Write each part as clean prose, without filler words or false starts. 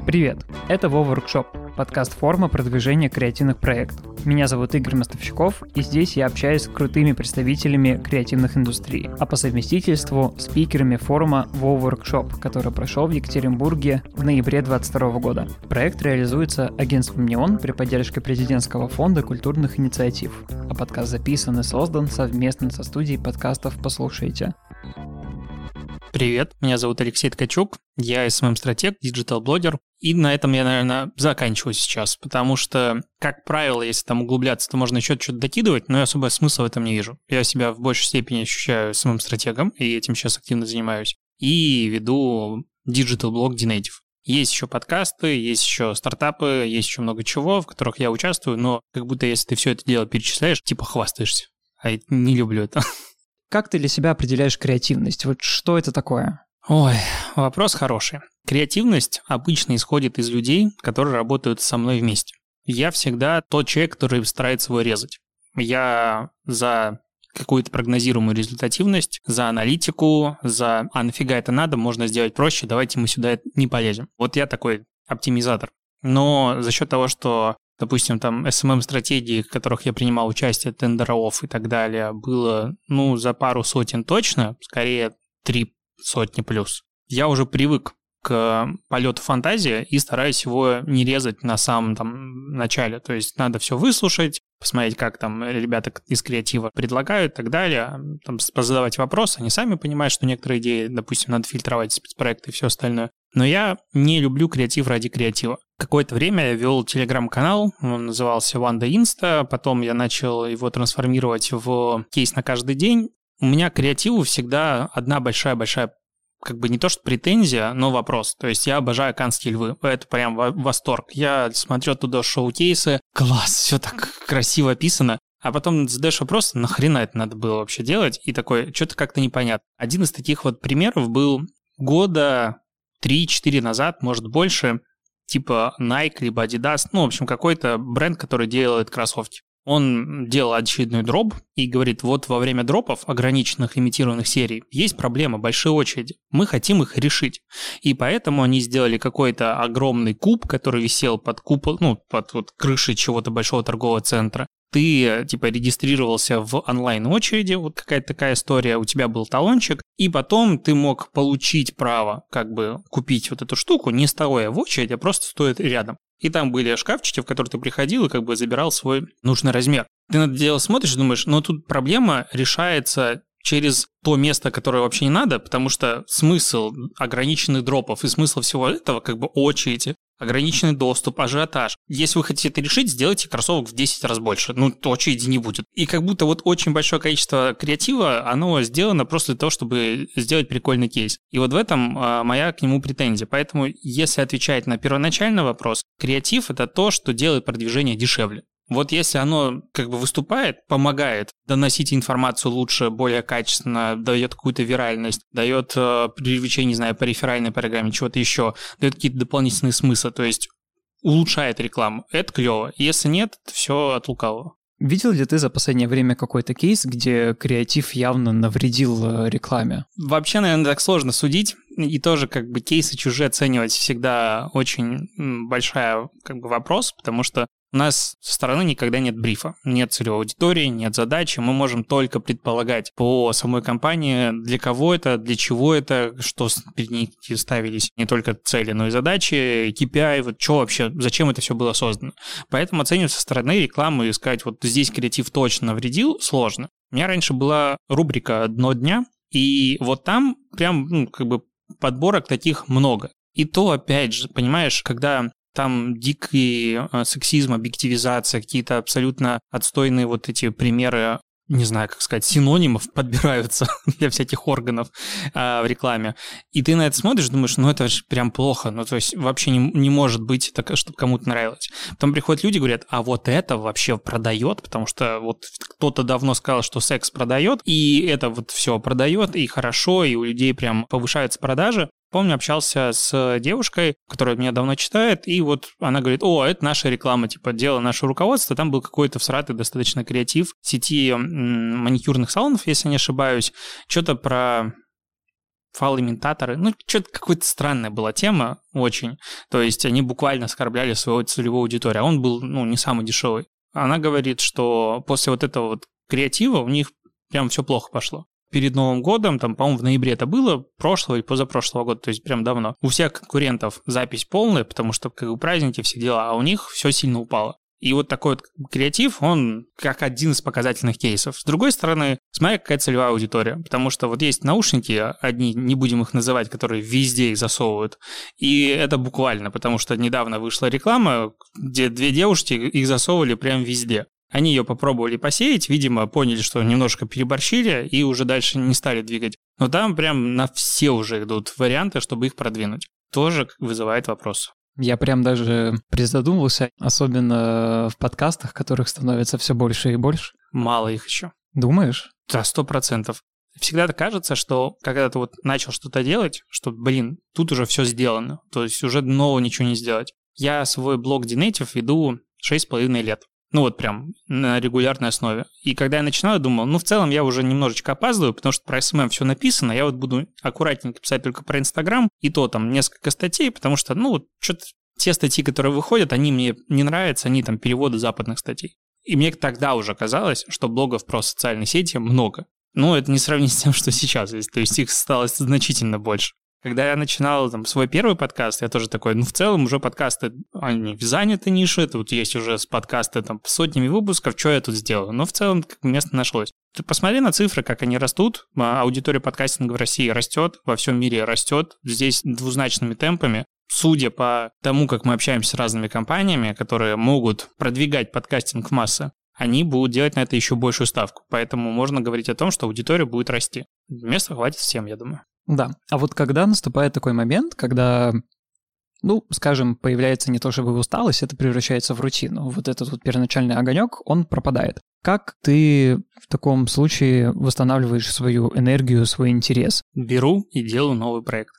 Привет, это Вова Workshop, подкаст форума продвижения креативных проектов. Меня зовут Игорь Мостовщиков, и здесь я общаюсь с крутыми представителями креативных индустрий, а по совместительству спикерами форума Вова Workshop, который прошел в Екатеринбурге в ноябре 2022 года. Проект реализуется агентством «Неон» при поддержке президентского фонда культурных инициатив, а подкаст записан и создан совместно со студией подкастов «Послушайте». Привет, меня зовут Алексей Ткачук, я SMM-стратег, диджитал-блогер, и на этом я, наверное, заканчиваю сейчас, потому что, как правило, если там углубляться, то можно еще что-то докидывать, но я особо смысла в этом не вижу. Я себя в большей степени ощущаю SMM-стратегом, и этим сейчас активно занимаюсь, и веду диджитал-блог D-Native. Есть еще подкасты, есть еще стартапы, есть еще много чего, в которых я участвую, но как будто если ты все это дело перечисляешь, типа хвастаешься, а я не люблю это. Как ты для себя определяешь креативность? Вот что это такое? Ой, вопрос хороший. Креативность обычно исходит из людей, которые работают со мной вместе. Я всегда тот человек, который старается его резать. Я за какую-то прогнозируемую результативность, за аналитику, а нафига это надо, можно сделать проще, давайте мы сюда не полезем. Вот я такой оптимизатор. Но за счет того, что допустим, там SMM-стратегии, в которых я принимал участие, тендеров и так далее, было, за пару сотен точно, скорее 3 сотни плюс. Я уже привык к полету фантазии и стараюсь его не резать на самом начале. То есть надо все выслушать, посмотреть, как там ребята из креатива предлагают и так далее, позадавать вопросы. Они сами понимают, что некоторые идеи, допустим, надо фильтровать спецпроекты и все остальное. Но я не люблю креатив ради креатива. Какое-то время я вел телеграм-канал, он назывался Wanda Insta, потом я начал его трансформировать в кейс на каждый день. У меня к креативу всегда одна большая-большая, не то что претензия, но вопрос. То есть я обожаю «Канские львы», это прям восторг. Я смотрю оттуда шоу-кейсы, класс, все так красиво описано. А потом задаешь вопрос, нахрена это надо было вообще делать? И такой, что-то как-то непонятно. Один из таких вот примеров был года 3-4 назад, может больше, типа Nike, либо Adidas, в общем, какой-то бренд, который делает кроссовки. Он делал очередной дроп и говорит, вот во время дропов, ограниченных, лимитированных серий, есть проблема, большие очереди. Мы хотим их решить. И поэтому они сделали какой-то огромный куб, который висел под купол, под крышей чего-то большого торгового центра. Ты, регистрировался в онлайн-очереди, вот какая-то такая история, у тебя был талончик, и потом ты мог получить право, купить вот эту штуку, не стоя в очереди, а просто стоя рядом. И там были шкафчики, в которые ты приходил и забирал свой нужный размер. Ты на это дело смотришь и думаешь, тут проблема решается через то место, которое вообще не надо, потому что смысл ограниченных дропов и смысл всего этого очереди, ограниченный доступ, ажиотаж. Если вы хотите это решить, сделайте кроссовок в 10 раз больше. То очереди не будет. И как будто очень большое количество креатива, оно сделано просто для того, чтобы сделать прикольный кейс. И вот в этом моя к нему претензия. Поэтому, если отвечать на первоначальный вопрос, креатив – это то, что делает продвижение дешевле. Вот если оно выступает, помогает доносить информацию лучше, более качественно, дает какую-то виральность, дает привлечение, по реферальной программе, чего-то еще, дает какие-то дополнительные смыслы, то есть улучшает рекламу, это клево. Если нет, то все от лукавого. Видел ли ты за последнее время какой-то кейс, где креатив явно навредил рекламе? Вообще, наверное, так сложно судить. И тоже кейсы чужие оценивать всегда очень большой вопрос, потому что у нас со стороны никогда нет брифа, нет целевой аудитории, нет задачи. Мы можем только предполагать по самой компании, для кого это, для чего это, что перед ней ставились не только цели, но и задачи, KPI, что вообще, зачем это все было создано. Поэтому оценивать со стороны рекламы и сказать, вот здесь креатив точно навредил, сложно. У меня раньше была рубрика «Дно дня», и вот там прям, подборок таких много. И то, опять же, понимаешь, когда там дикий сексизм, объективизация, какие-то абсолютно отстойные эти примеры, не знаю, синонимов подбираются для всяких органов в рекламе. И ты на это смотришь, думаешь, это же прям плохо. То есть вообще не может быть так, чтобы кому-то нравилось. Потом приходят люди и говорят, а вот это вообще продает, потому что кто-то давно сказал, что секс продает, и это все продает, и хорошо, и у людей прям повышаются продажи. Помню, общался с девушкой, которая меня давно читает, и она говорит, это наша реклама, дело наше руководство. Там был какой-то всратый достаточно креатив сети маникюрных салонов, если не ошибаюсь. Что-то про фалоимитаторы. Ну, что-то какая-то странная была тема очень. То есть они буквально оскорбляли свою целевую аудиторию, а он был, не самый дешевый. Она говорит, что после вот этого вот креатива у них прям все плохо пошло. Перед Новым годом, там, по-моему, в ноябре это было, прошлого или позапрошлого года, то есть прям давно. У всех конкурентов запись полная, потому что как бы праздники, все дела, а у них все сильно упало. И вот такой вот креатив, он как один из показательных кейсов. С другой стороны, смотри, какая целевая аудитория. Потому что вот есть наушники, одни, не будем их называть, которые везде их засовывают. И это буквально, потому что недавно вышла реклама, где 2 девушки их засовывали прям везде. Они ее попробовали посеять, видимо, поняли, что немножко переборщили и уже дальше не стали двигать. Но там прям на все уже идут варианты, чтобы их продвинуть. Тоже вызывает вопросы. Я прям даже призадумался, особенно в подкастах, которых становится все больше и больше. Мало их еще. Думаешь? Да, 100%. Всегда кажется, что когда ты вот начал что-то делать, что, тут уже все сделано. То есть уже нового ничего не сделать. Я свой блог DNative веду 6,5 лет. Прям на регулярной основе. И когда я начинал, я думал, в целом я уже немножечко опаздываю, потому что про SMM все написано, я вот буду аккуратненько писать только про Инстаграм, и то там несколько статей, потому что, что-то те статьи, которые выходят, они мне не нравятся, они там переводы западных статей. И мне тогда уже казалось, что блогов про социальные сети много. Это не сравнить с тем, что сейчас есть, то есть их стало значительно больше. Когда я начинал свой первый подкаст, я тоже такой, в целом уже подкасты, они заняты ниши, тут есть уже подкасты сотнями выпусков, что я тут сделаю? Но в целом место нашлось. Ты посмотри на цифры, как они растут, аудитория подкастинга в России растет, во всем мире растет, здесь двузначными темпами. Судя по тому, как мы общаемся с разными компаниями, которые могут продвигать подкастинг в массы, они будут делать на это еще большую ставку. Поэтому можно говорить о том, что аудитория будет расти. Места хватит всем, я думаю. Да. А вот когда наступает такой момент, когда, скажем, появляется не то чтобы усталость, это превращается в рутину. Вот этот вот первоначальный огонек, он пропадает. Как ты в таком случае восстанавливаешь свою энергию, свой интерес? Беру и делаю новый проект.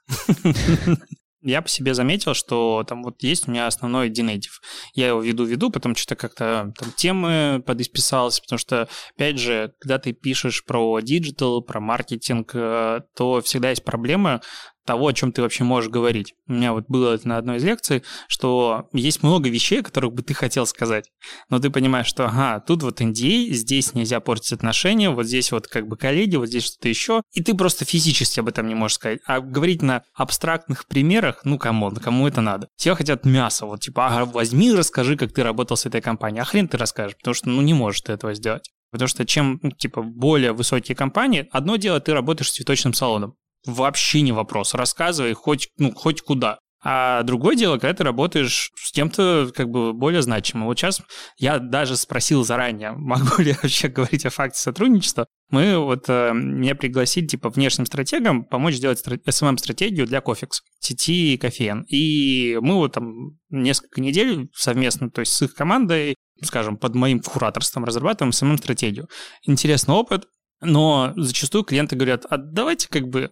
Я по себе заметил, что есть у меня основной DNative. Я его веду, потом что-то как-то темы подисписался, потому что, опять же, когда ты пишешь про диджитал, про маркетинг, то всегда есть проблема того, о чем ты вообще можешь говорить. У меня было это на одной из лекций, что есть много вещей, о которых бы ты хотел сказать, но ты понимаешь, что тут NDA, здесь нельзя портить отношения, вот здесь коллеги, вот здесь что-то еще, и ты просто физически об этом не можешь сказать. А говорить на абстрактных примерах, камон, кому это надо? Все хотят мяса, возьми, расскажи, как ты работал с этой компанией, а хрен ты расскажешь, потому что, не можешь ты этого сделать. Потому что чем, более высокие компании, одно дело, ты работаешь с цветочным салоном. Вообще не вопрос. Рассказывай хоть куда. А другое дело, когда ты работаешь с кем-то более значимым. Вот сейчас я даже спросил заранее, могу ли я вообще говорить о факте сотрудничества. Меня пригласили внешним стратегам помочь сделать SMM-стратегию для Coffex, сети кофеен. И мы несколько недель совместно, то есть с их командой, скажем, под моим кураторством разрабатываем SMM-стратегию. Интересный опыт, но зачастую клиенты говорят, давайте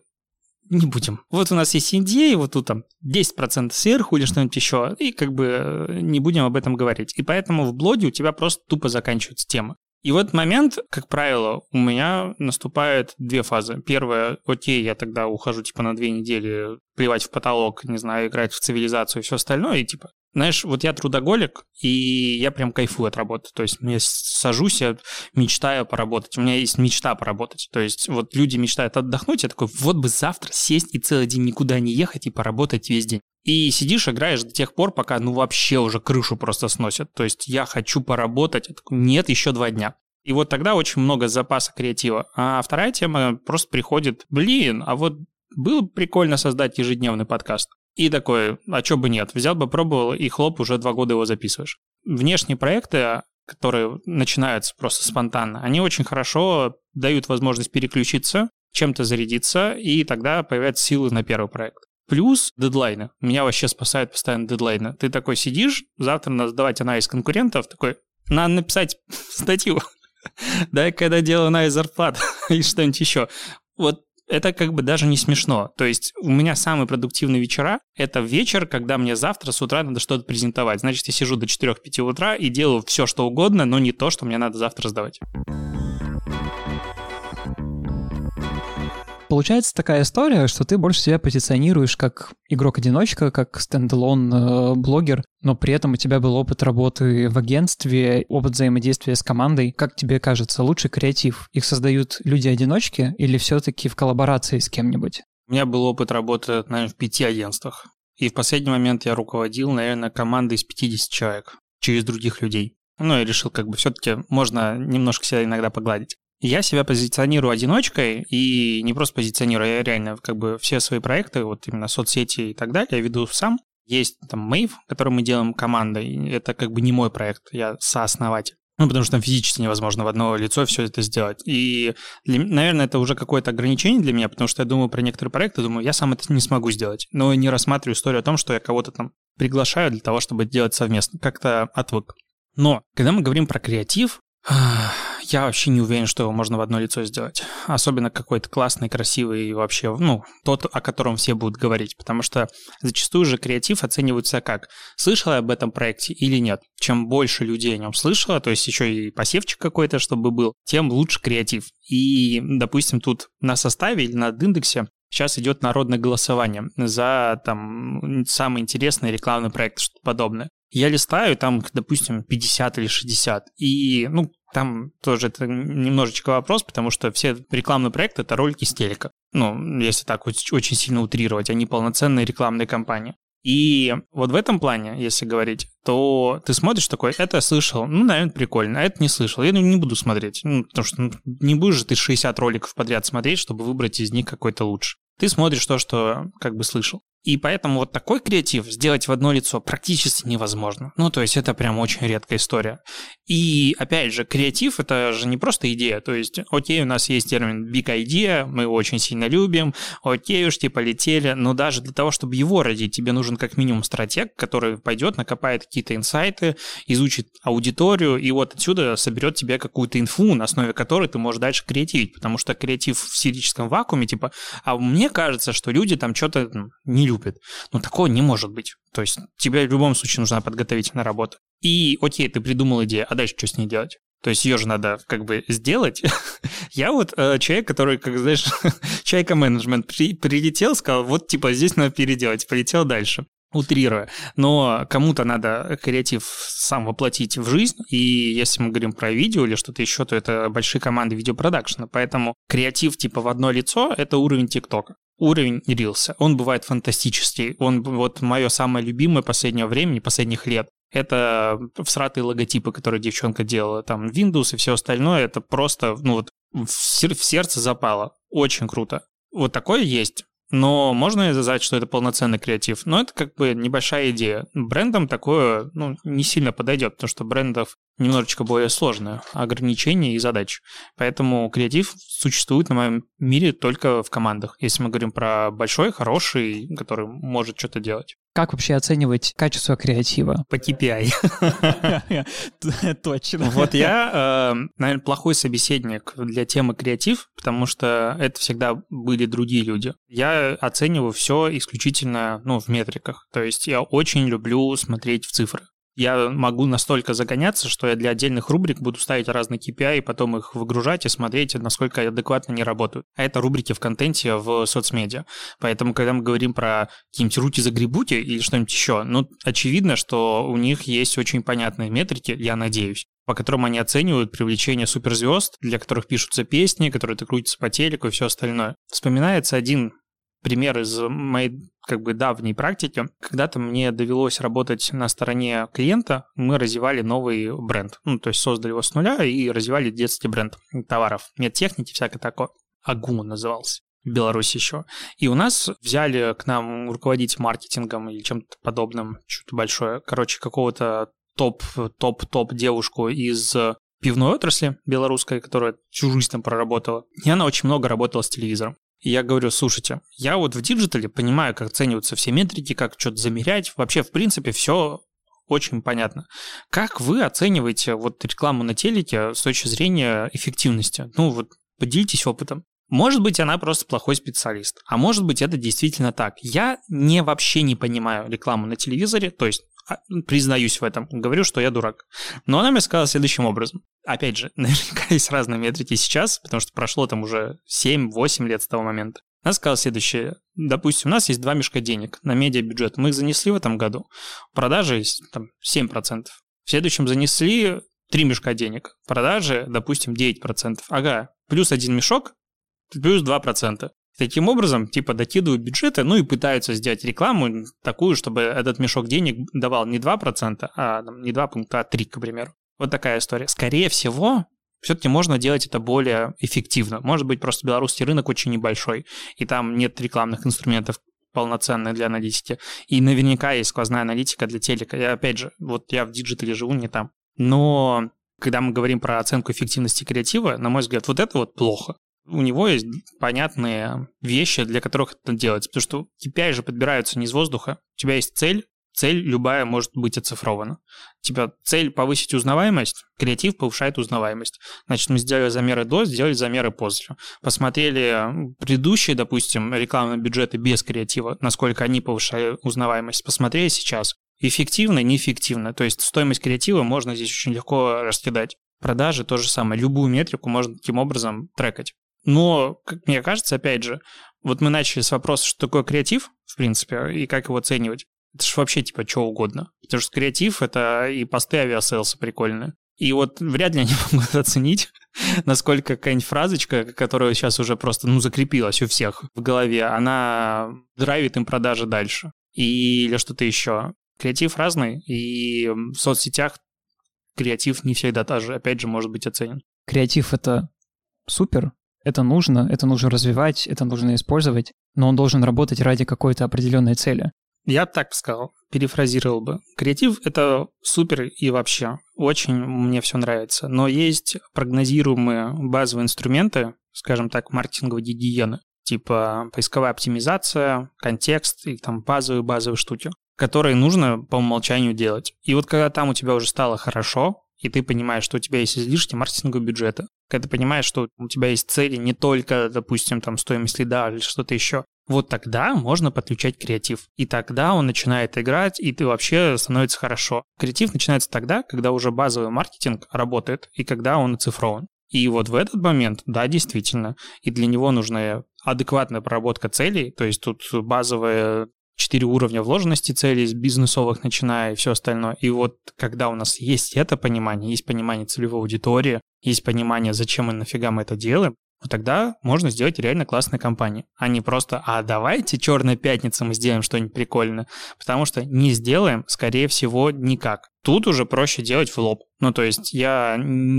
не будем. Вот у нас есть NDA, вот тут 10% сверху или что-нибудь еще, и не будем об этом говорить. И поэтому в блоге у тебя просто тупо заканчивается тема. И в этот момент, как правило, у меня наступает 2 фазы. Первая, окей, я тогда ухожу на 2 недели плевать в потолок, не знаю, играть в цивилизацию и все остальное, и знаешь, я трудоголик, и я прям кайфую от работы. То есть я сажусь, я мечтаю поработать. У меня есть мечта поработать. То есть люди мечтают отдохнуть, я такой, вот бы завтра сесть и целый день никуда не ехать и поработать весь день. И сидишь, играешь до тех пор, пока вообще уже крышу просто сносят. То есть я хочу поработать. Я такой, нет, еще 2 дня. И тогда очень много запаса креатива. А вторая тема просто приходит, было бы прикольно создать ежедневный подкаст. И такой, а чё бы нет, взял бы, пробовал, и хлоп, уже 2 года его записываешь. Внешние проекты, которые начинаются просто спонтанно, они очень хорошо дают возможность переключиться, чем-то зарядиться, и тогда появляются силы на первый проект. Плюс дедлайны. Меня вообще спасают постоянно дедлайны. Ты такой сидишь, завтра надо сдавать анализ конкурентов, такой, надо написать статью. Да, когда делаю анализ зарплат и что-нибудь еще. Это даже не смешно. То есть у меня самые продуктивные вечера – это вечер, когда мне завтра с утра надо что-то презентовать. Значит, я сижу до 4-5 утра и делаю все, что угодно, но не то, что мне надо завтра сдавать. Получается такая история, что ты больше себя позиционируешь как игрок-одиночка, как стендалон-блогер, но при этом у тебя был опыт работы в агентстве, опыт взаимодействия с командой. Как тебе кажется, лучше креатив? Их создают люди-одиночки или все-таки в коллаборации с кем-нибудь? У меня был опыт работы, наверное, в 5 агентствах. И в последний момент я руководил, наверное, командой из 50 человек через других людей. Ну, я решил, все-таки можно немножко себя иногда погладить. Я себя позиционирую одиночкой, и не просто позиционирую, я реально все свои проекты, вот именно соцсети и так далее, я веду сам. Есть там Mave, который мы делаем командой, это не мой проект, я сооснователь. Потому что там физически невозможно в одно лицо все это сделать. И, наверное, это уже какое-то ограничение для меня, потому что я думаю про некоторые проекты, думаю, я сам это не смогу сделать. Но не рассматриваю историю о том, что я кого-то там приглашаю для того, чтобы делать совместно. Как-то отвык. Но когда мы говорим про креатив, я вообще не уверен, что его можно в одно лицо сделать. Особенно какой-то классный, красивый и вообще, тот, о котором все будут говорить. Потому что зачастую же креатив оценивается как? Слышала я об этом проекте или нет? Чем больше людей о нем слышало, то есть еще и посевчик какой-то, чтобы был, тем лучше креатив. И, допустим, тут на составе или на индексе сейчас идет народное голосование за самый интересный рекламный проект, что-то подобное. Я листаю, там, допустим, 50 или 60, и, там тоже это немножечко вопрос, потому что все рекламные проекты – это ролики с телека. Если так очень сильно утрировать, они полноценные рекламные кампании. И вот в этом плане, если говорить, то ты смотришь такой, это слышал, наверное, прикольно, а это не слышал, я не буду смотреть, потому что не будешь же ты 60 роликов подряд смотреть, чтобы выбрать из них какой-то лучше. Ты смотришь то, что слышал. И поэтому вот такой креатив сделать в одно лицо практически невозможно. То есть это прям очень редкая история. И опять же, креатив – это же не просто идея. То есть, окей, у нас есть термин big idea, мы его очень сильно любим, окей уж, полетели, но даже для того, чтобы его родить, тебе нужен как минимум стратег, который пойдет, накопает какие-то инсайты, изучит аудиторию, и вот отсюда соберет тебе какую-то инфу, на основе которой ты можешь дальше креативить. Потому что креатив в сферическом вакууме, а мне кажется, что люди там что-то не любят. Такого не может быть. То есть тебе в любом случае нужна подготовительная работа. И окей, ты придумал идею, а дальше что с ней делать? То есть ее же надо сделать. Я вот человек, который, чайка-менеджмент прилетел, сказал, здесь надо переделать, полетел дальше. Утрируя. Но кому-то надо креатив сам воплотить в жизнь, и если мы говорим про видео или что-то еще, то это большие команды видеопродакшена. Поэтому креатив в одно лицо – это уровень ТикТока. Уровень Рилса. Он бывает фантастический. Он мое самое любимое последних лет. Это всратые логотипы, которые девчонка делала, там Windows и все остальное. Это просто, в сердце запало. Очень круто. Вот такое есть. Но можно сказать, что это полноценный креатив. Но это небольшая идея. Брендам такое не сильно подойдет, потому что брендов немножечко более сложное ограничения и задачи. Поэтому креатив существует на моем мире только в командах. Если мы говорим про большой, хороший, который может что-то делать. Как вообще оценивать качество креатива? По KPI. Точно. Вот я, наверное, плохой собеседник для темы креатив, потому что это всегда были другие люди. Я оцениваю все исключительно в метриках. То есть я очень люблю смотреть в цифры. Я могу настолько загоняться, что я для отдельных рубрик буду ставить разные KPI, и потом их выгружать и смотреть, насколько адекватно они работают. А это рубрики в контенте в соцмедиа. Поэтому, когда мы говорим про какие-нибудь рути-загребути или что-нибудь еще, очевидно, что у них есть очень понятные метрики, я надеюсь, по которым они оценивают привлечение суперзвезд, для которых пишутся песни, которые крутятся по телеку и все остальное. Вспоминается один пример из моей давней практики. Когда-то мне довелось работать на стороне клиента, мы развивали новый бренд. То есть создали его с нуля и развивали детский бренд товаров, медтехники, всякое такое. Агума назывался. В Беларуси еще. И у нас взяли к нам руководить маркетингом или чем-то подобным, что-то большое. Какого-то топ девушку из пивной отрасли белорусской, которая всю жизнь там проработала. И она очень много работала с телевизором. И я говорю, слушайте, я в диджитале понимаю, как оцениваются все метрики, как что-то замерять. Вообще, в принципе, все очень понятно. Как вы оцениваете рекламу на телеке с точки зрения эффективности? Поделитесь опытом. Может быть, она просто плохой специалист, а может быть, это действительно так. Я вообще не понимаю рекламу на телевизоре, то есть признаюсь в этом, говорю, что я дурак. Но она мне сказала следующим образом. Опять же, наверняка есть разные метрики сейчас, потому что прошло там уже 7-8 лет с того момента. Она сказала следующее. Допустим, у нас есть 2 мешка денег на медиабюджет. Мы их занесли в этом году. Продажи там 7%. В следующем занесли 3 мешка денег. Продажи, допустим, 9%. Ага, плюс 1 мешок, плюс 2%. Таким образом, докидывают бюджеты, и пытаются сделать рекламу такую, чтобы этот мешок денег давал не 2%, а не 2 пункта, а 3, к примеру. Вот такая история. Скорее всего, все-таки можно делать это более эффективно. Может быть, просто белорусский рынок очень небольшой, и там нет рекламных инструментов полноценных для аналитики. И наверняка есть сквозная аналитика для телека. Опять же, я в диджитале живу, не там. Но когда мы говорим про оценку эффективности креатива, на мой взгляд, вот это плохо. У него есть понятные вещи, для которых это делается. Потому что KPI же подбираются не из воздуха. У тебя есть цель любая может быть оцифрована. Цель повысить узнаваемость, креатив повышает узнаваемость. Значит, мы сделали замеры до, сделали замеры после. Посмотрели предыдущие, допустим, рекламные бюджеты без креатива, насколько они повышают узнаваемость. Посмотрели сейчас. Эффективно, неэффективно. То есть стоимость креатива можно здесь очень легко раскидать. Продажи то же самое. Любую метрику можно таким образом трекать. Но, как мне кажется, опять же, мы начали с вопроса, что такое креатив, в принципе, и как его оценивать. Это же вообще что угодно. Потому что креатив — это и посты авиасейлса прикольные. И вряд ли они могут оценить, насколько какая-нибудь фразочка, которая сейчас уже просто закрепилась у всех в голове, она драйвит им продажи дальше. Или что-то еще. Креатив разный, и в соцсетях креатив не всегда тоже, опять же, может быть оценен. Креатив — это супер. Это нужно развивать, это нужно использовать, но он должен работать ради какой-то определенной цели. Я так бы сказал, перефразировал бы. Креатив — это супер и вообще очень мне все нравится, но есть прогнозируемые базовые инструменты, скажем так, маркетинговой гигиены, типа поисковая оптимизация, контекст и базовые штуки, которые нужно по умолчанию делать. И когда там у тебя уже стало хорошо, и ты понимаешь, что у тебя есть излишки маркетингового бюджета, когда ты понимаешь, что у тебя есть цели не только, допустим, стоимость лида или что-то еще, тогда можно подключать креатив. И тогда он начинает играть, и ты вообще становится хорошо. Креатив начинается тогда, когда уже базовый маркетинг работает, и когда он оцифрован. И в этот момент, да, действительно, и для него нужна адекватная проработка целей, то есть тут базовые 4 уровня вложенности целей, с бизнесовых начиная и все остальное. И когда у нас есть это понимание, есть понимание целевой аудитории, есть понимание, зачем и нафига мы это делаем, тогда можно сделать реально классные кампании, а не просто давайте «Черная пятница» мы сделаем что-нибудь прикольное, потому что не сделаем, скорее всего, никак. Тут уже проще делать в лоб. То есть я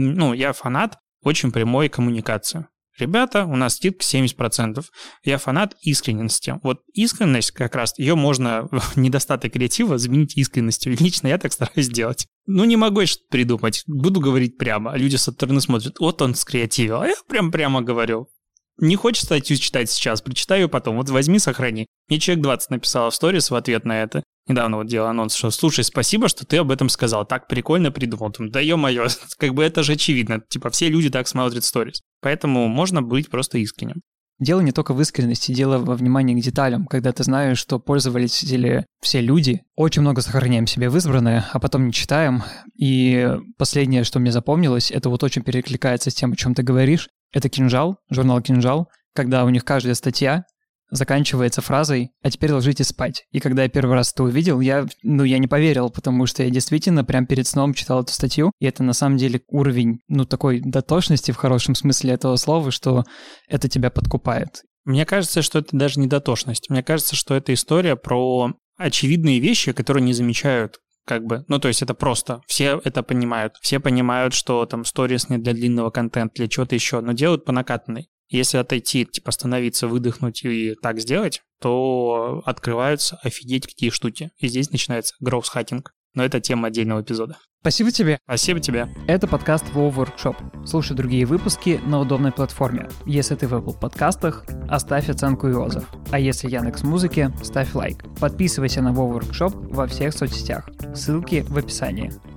фанат очень прямой коммуникации. Ребята, у нас скидка 70%. Я фанат искренности. Искренность как раз, ее можно, недостаток креатива, заменить искренностью. Лично я так стараюсь делать. Не могу что-то придумать. Буду говорить прямо. Люди со стороны смотрят, он скреативил. А я прямо говорю. Не хочешь статью читать сейчас, прочитаю ее потом. Возьми, сохрани. Мне человек 20 написало в сторис в ответ на это. Недавно делал анонс, что слушай, спасибо, что ты об этом сказал. Так прикольно придумал. Да ё-моё, это же очевидно. Все люди так смотрят сторис. Поэтому можно быть просто искренним. Дело не только в искренности, дело во внимании к деталям, когда ты знаешь, что пользователи, все люди, очень много сохраняем себе в избранное, а потом не читаем. И последнее, что мне запомнилось, это очень перекликается с тем, о чем ты говоришь. Это «Кинжал», журнал «Кинжал», когда у них каждая статья заканчивается фразой «а теперь ложитесь спать». И когда я первый раз это увидел, я не поверил, потому что я действительно прям перед сном читал эту статью, и это на самом деле уровень, такой дотошности в хорошем смысле этого слова, что это тебя подкупает. Мне кажется, что это даже не дотошность. Мне кажется, что это история про очевидные вещи, которые не замечают то есть это просто, все это понимают. Все понимают, что сторис не для длинного контента, для чего-то еще, но делают по накатанной. Если отойти, остановиться, выдохнуть и так сделать, то открываются офигеть какие штуки. И здесь начинается гроус-хакинг. Но это тема отдельного эпизода. Спасибо тебе. Спасибо тебе. Это подкаст WoW Workshop. Слушай другие выпуски на удобной платформе. Если ты в Apple подкастах, оставь оценку и отзыв. А если Яндекс.Музыке, ставь лайк. Подписывайся на WoW Workshop во всех соцсетях. Ссылки в описании.